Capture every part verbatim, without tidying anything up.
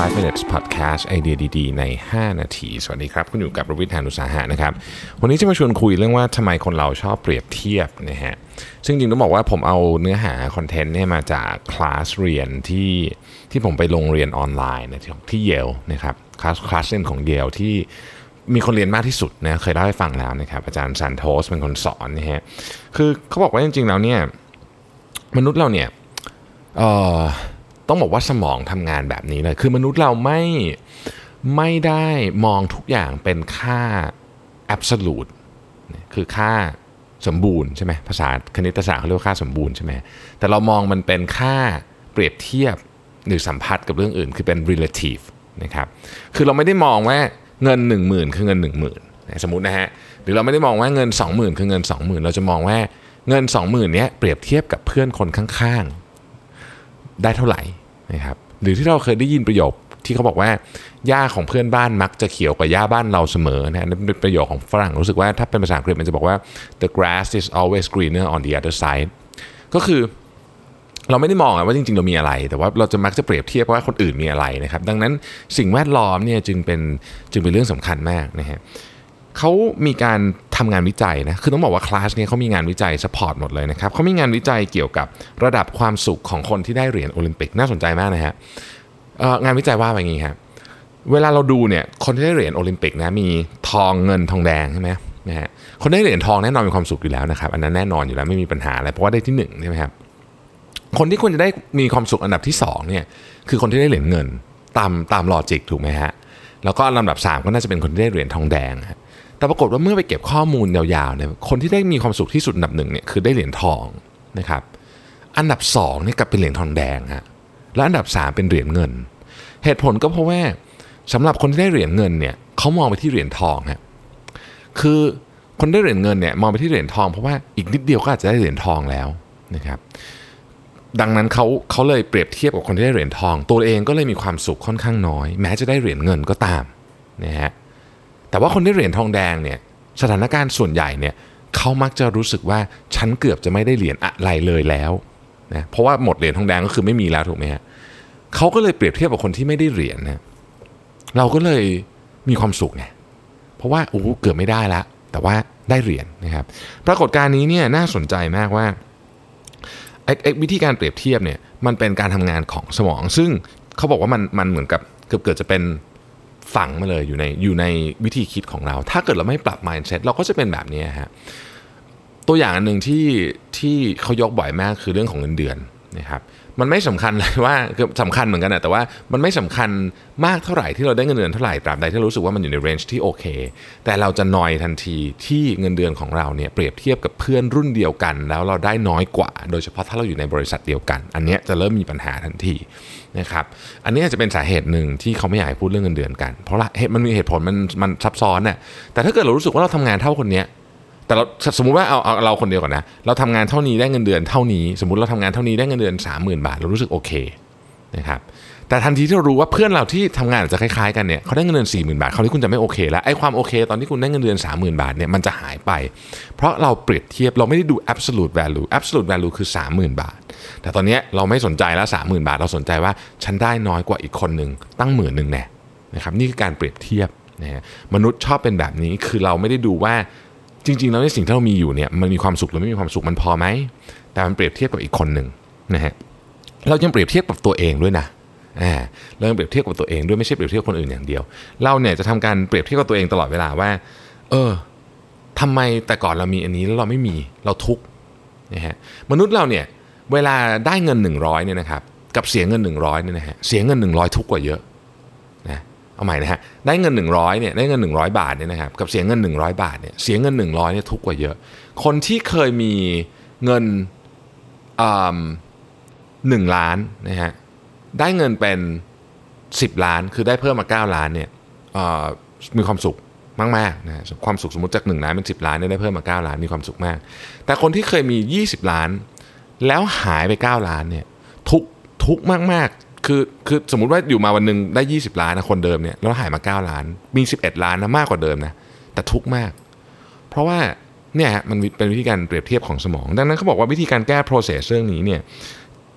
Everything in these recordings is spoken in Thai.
five minutes podcast ไอเดียดีๆในห้านาทีสวัสดีครับคุณอยู่กับประวิทย์ หาญอุตสาหะนะครับวันนี้จะมาชวนคุยเรื่องว่าทำไมคนเราชอบเปรียบเทียบนะฮะซึ่งจริงต้องบอกว่าผมเอาเนื้อหาคอนเทนต์เนี่ยมาจากคลาสเรียนที่ที่ผมไปลงเรียนออนไลน์นะที่เยลนะครับคลาสคลาสเรียนของเยลที่มีคนเรียนมากที่สุดนะเคยเล่าให้ฟังแล้วนะครับอาจารย์ซานโตสเป็นคนสอนนะฮะคือเขาบอกว่าจริงๆแล้วเนี่ยมนุษย์เราเนี่ยเอ่อต้องบอกว่าสมองทำงานแบบนี้เลยคือมนุษย์เราไม่ไม่ได้มองทุกอย่างเป็นค่า absolute คือค่าสมบูรณ์ใช่ไหมภาษาคณิตศาสตร์เขาเรียกว่าค่าสมบูรณ์ใช่ไหมแต่เรามองมันเป็นค่าเปรียบเทียบหรือสัมพัทธ์กับเรื่องอื่นคือเป็น relative นะครับคือเราไม่ได้มองว่าเงิน หนึ่งหมื่น คือเงิน หนึ่งหมื่น สมมุตินะฮะหรือเราไม่ได้มองว่าเงิน สองหมื่น คือเงิน สองหมื่น เราจะมองว่าเงิน สองหมื่น เนี้ยเปรียบเทียบกับเพื่อนคนข้างๆได้เท่าไหร่นะครับหรือที่เราเคยได้ยินประโยคที่เขาบอกว่าหญ้าของเพื่อนบ้านมักจะเขียวกว่าหญ้าบ้านเราเสมอนะนั่นเป็นประโยคของฝรั่งรู้สึกว่าถ้าเป็นภาษาอังกฤษมันจะบอกว่า the grass is always greener on the other side ก็คือเราไม่ได้มองว่าจริงๆเรามีอะไรแต่ว่าเราจะมักจะเปรียบเทียบว่าคนอื่นมีอะไรนะครับดังนั้นสิ่งแวดล้อมเนี่ยจึงเป็นจึงเป็นเรื่องสำคัญมากนะฮะเขามีการทำงานวิจัยนะคือต้องบอกว่าคลาสนี้เขามีงานวิจัยซัพพอร์ตหมดเลยนะครับเขามีงานวิจัยเกี่ยวกับระดับความสุขของคนที่ได้เหรียญโอลิมปิกน่าสนใจมากนะฮะงานวิจัยว่าแบบนี้ครับเวลาเราดูเนี่ยคนที่ได้เหรียญโอลิมปิกนะมีทองเงินทองแดงใช่ไหมนะฮะคนได้เหรียญทองแน่นอนมีความสุขอยู่แล้วนะครับอันนั้นแน่นอนอยู่แล้วไม่มีปัญหาอะไรเพราะว่าได้ที่หนึ่งใช่ไหมครับคนที่ควรจะได้มีความสุขอันดับที่สองเนี่ยคือคนที่ได้เหรียญเงินตามตามลอจิกถูกไหมฮะแล้วก็ลำดับสามก็น่าจะเป็นคนที่ได้เหรียญทองแดงแต่ปรากฏว่าเมื่อไปเก็บข้อมูลยาวๆเนี่ยคนที่ได้มีความสุขที่สุดอันดับหนึ่งเนี่ยคือได้เหรียญทองนะครับอันดับสองเนี่ยกลับเป็นเหรียญทองแดงฮะและอันดับสามเป็นเหรียญเงินเหตุผลก็เพราะว่าสำหรับคนที่ได้เหรียญเงินเนี่ยเขามองไปที่เหรียญทองฮะคือคนได้เหรียญเงินเนี่ยมองไปที่เหรียญทองเพราะว่าอีกนิดเดียวก็อาจจะได้เหรียญทองแล้วนะครับดังนั้นเขาเขาเลยเปรียบเทียบกับคนที่ได้เหรียญทองตัวเองก็เลยมีความสุขค่อนข้างน้อยแม้จะได้เหรียญเงินก็ตามนะฮะแต่ว่าคนได้เหรียญทองแดงเนี่ยสถานการณ์ส่วนใหญ่เนี่ยเขามักจะรู้สึกว่าฉันเกือบจะไม่ได้เหรียญอะไรเลยแล้วนะเพราะว่าหมดเหรียญทองแดงก็คือไม่มีแล้วถูกไหมฮะเขาก็เลยเปรียบเทียบกับคนที่ไม่ได้เหรียญนะเราก็เลยมีความสุขไงเพราะว่าโอ้เกือบไม่ได้ละแต่ว่าได้เหรียญนะครับปรากฏการณ์นี้เนี่ยน่าสนใจมากว่าไอ้ไอ้วิธีการเปรียบเทียบเนี่ยมันเป็นการทำงานของสมองซึ่งเขาบอกว่ามันมันเหมือนกับเกือบเกิดจะเป็นฝังมาเลยอยู่ในอยู่ในวิธีคิดของเราถ้าเกิดเราไม่ปรับ mindset เราก็จะเป็นแบบนี้ฮะตัวอย่างอันหนึ่งที่ที่เขายกบ่อยมากคือเรื่องของเงินเดือนนะครับมันไม่สำคัญเลยว่าคือสำคัญเหมือนกันนะแต่ว่ามันไม่สำคัญมากเท่าไหร่ที่เราได้เงินเดือนเท่าไหร่ตราบใดที่เรารู้สึกว่ามันอยู่ในเรนจ์ที่โอเคแต่เราจะนอยทันทีที่เงินเดือนของเราเนี่ยเปรียบเทียบกับเพื่อนรุ่นเดียวกันแล้วเราได้น้อยกว่าโดยเฉพาะถ้าเราอยู่ในบริษัทเดียวกันอันนี้จะเริ่มมีปัญหาทันทีนะครับอันนี้จะเป็นสาเหตุหนึ่งที่เขาไม่อยากให้พูดเรื่องเงินเดือนกันเพราะละเหตุมันมีเหตุผลมันมันซับซ้อนน่ะแต่ถ้าเกิดเรารู้สึกว่าเราทำงานเท่าคนเนี้ยแต่เราสมมุติว่าเอาเอาเราคนเดียวก่อนนะเราทำงานเท่านี้ได้เงินเดือนเท่านี้สมมุติเราทำงานเท่านี้ได้เงินเดือน สามหมื่น บาทเรารู้สึกโอเคนะครับแต่ทันทีที่เรารู้ว่าเพื่อนเราที่ทำงานอาจจะคล้ายๆกันเนี่ยเขาได้เงินเดือน สี่หมื่น บาทคราวนี้คุณจะไม่โอเคแล้วไอ้ความโอเคตอนที่คุณได้เงินเดือน สามหมื่น บาทเนี่ยมันจะหายไปเพราะเราเปรียบเทียบเราไม่ได้ดู absolute value absolute value คือ สามหมื่น บาทแต่ตอนนี้เราไม่สนใจแล้ว สามหมื่น บาทเราสนใจว่าฉันได้น้อยกว่าอีกคนนึงตั้งหมื่นนึงแน่นะครับนี่คือการเปรียบเทียบนะฮะมนุษย์ชอบเป็นแบบนี้คือเราไม่ได้ดูว่าจริงๆแล้วในสิ่งที่เรามีอยู่เนี่ยมันมีความสุขหรือไม่มีความสุขมันพอไหมแต่มันเปรียบเทียบกับอีกคนนึงนะฮะเรายังเปรียบเทียบกับตัวเองด้วยนะอ่าเรายังเปรียบเทียบกับตัวเองด้วยไม่ใช่เปรียบเทียบกับคนอื่นอย่างเดียวเราเนี่ยจะทำการเปรียบเทียบกับตัวเองตลอดเวลาว่าเออทำไมแต่ก่อนเรามีอันนี้แล้วเราไม่มีเราทุกข์นะฮะมนุษย์เราเนี่ยเวลาได้เงินหนึ่งร้อยเนี่ยนะครับกับเสียเงินหนึ่งร้อยเนี่ยนะฮะเสียเงินหนึ่งร้อยทุกข์กว่าเยอะนะเอาใหม่นะฮะได้เงินหนึ่งร้อยเนี่ยได้เงินหนึ่งร้อยบาทเนี่ยนะครับกับเสียเงินหนึ่งร้อยบาทเนี่ยเสียเงินหนึ่งร้อยเนี่ยทุกข์กว่าเยอะคนที่เคยมีเงินอ่าหนึ่งล้านนะฮะได้เงินเป็นสิบล้านคือได้เพิ่มมาเก้าล้านเนี่ยมีความสุขมากๆนะความสุขสมมุติจากหนึ่งล้านเป็นสิบล้านได้เพิ่มมาเก้าล้านมีความสุขมากแต่คนที่เคยมียี่สิบล้านแล้วหายไปเก้าล้านเนี่ยทุกทุกมากๆคือคือสมมุติว่าอยู่มาวันนึงได้ยี่สิบล้านนะคนเดิมเนี่ยแล้วหายมาเก้าล้านมีสิบเอ็ดล้านนะมากกว่าเดิมนะแต่ทุกมากเพราะว่าเนี่ยมันเป็นวิธีการเปรียบเทียบของสมองดังนั้นเขาบอกว่าวิธีการแก้ process เรื่องนี้เนี่ย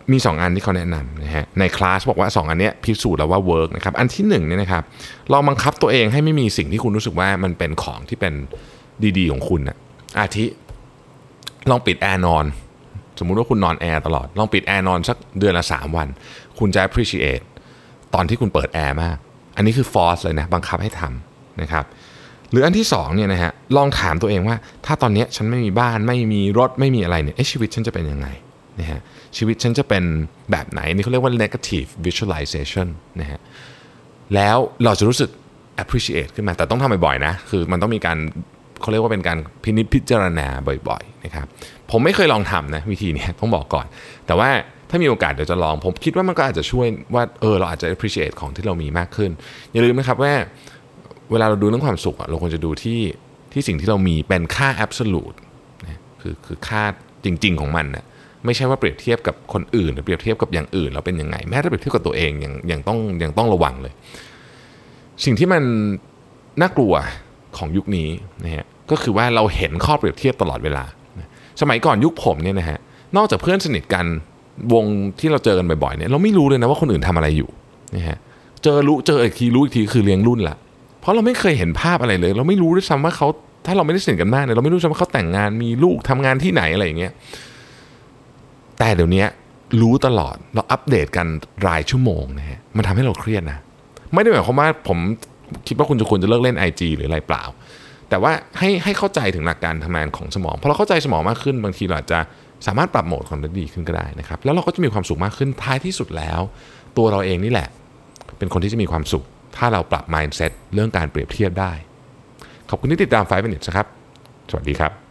มีสองอันที่เขาแนะนำนะฮะในคลาสบอกว่าสองอันนี้พิสูจน์แล้วว่าเวิร์กนะครับอันที่หนึ่งเนี่ยนะครับลองบังคับตัวเองให้ไม่มีสิ่งที่คุณรู้สึกว่ามันเป็นของที่เป็นดีๆของคุณนะอาทิลองปิดแอร์นอนสมมุติว่าคุณนอนแอร์ตลอดลองปิดแอร์นอนสักเดือนละสามวันคุณจะ appreciate ตอนที่คุณเปิดแอร์มากอันนี้คือ force เลยนะบังคับให้ทำนะครับหรืออันที่สองเนี่ยนะฮะลองถามตัวเองว่าถ้าตอนนี้ฉันไม่มีบ้านไม่มีรถไม่มีอะไรเนี่ยชีวิตฉันจะเป็นยังไงนะฮะชีวิตฉันจะเป็นแบบไหนนี่เขาเรียกว่า negative visualization นะฮะแล้วเราจะรู้สึก appreciate ขึ้นมาแต่ต้องทำบ่อยๆนะคือมันต้องมีการเขาเรียกว่าเป็นการพินิจพิจารณาบ่อยๆนะครับผมไม่เคยลองทำนะวิธีนี้ต้องบอกก่อนแต่ว่าถ้ามีโอกาสเดี๋ยวจะลองผมคิดว่ามันก็อาจจะช่วยว่าเออเราอาจจะ appreciate ของที่เรามีมากขึ้นอย่าลืมนะครับว่าเวลาเราดูเรื่องความสุขเราควรจะดูที่ที่สิ่งที่เรามีเป็นค่า absolute นะคือคือค่าจริงๆของมันนะไม่ใช่ว่าเปรียบเทียบกับคนอื่นหรือเปรียบเทียบกับอย่างอื่นเราเป็นยังไงแม้แต่เปรียบเทียบกับตัวเองยังยังต้องยังต้องระวังเลยสิ่งที่มันน่ากลัวของยุคนี้นะฮะก็คือว่าเราเห็นข้อเปรียบเทียบตลอดเวลาสมัยก่อนยุคผมเนี่ยนะฮะนอกจากเพื่อนสนิทกันวงที่เราเจอกันบ่อยๆเนี่ยเราไม่รู้เลยนะว่าคนอื่นทำอะไรอยู่นะฮะเจอรู้เจออีกทีรู้อีกทีคือเลี้ยงรุ่นละเพราะเราไม่เคยเห็นภาพอะไรเลยเราไม่รู้ด้วยซ้ำว่าเขาถ้าเราไม่ได้สนิทกันมากเนี่ยเราไม่รู้ซ้ำว่าเขาแต่งงานมีลูกทำงานที่ไหนอะไรอย่างเงี้ยแต่เดี๋ยวนี้รู้ตลอดเราอัปเดตกันรายชั่วโมงนะฮะมันทำให้เราเครียดนะไม่ได้หมายความว่าผมคิดว่าคุณจะควรจะเลิกเล่น ไอ จี หรืออะไรเปล่าแต่ว่าให้ให้เข้าใจถึงหลักการทำงานของสมองพอเราเข้าใจสมองมากขึ้นบางทีเราอาจจะสามารถปรับโหมดความดีขึ้นก็ได้นะครับแล้วเราก็จะมีความสุขมากขึ้นท้ายที่สุดแล้วตัวเราเองนี่แหละเป็นคนที่จะมีความสุขถ้าเราปรับ mindset เรื่องการเปรียบเทียบได้ขอบคุณที่ติดตามไฟว์ minutes นะครับสวัสดีครับ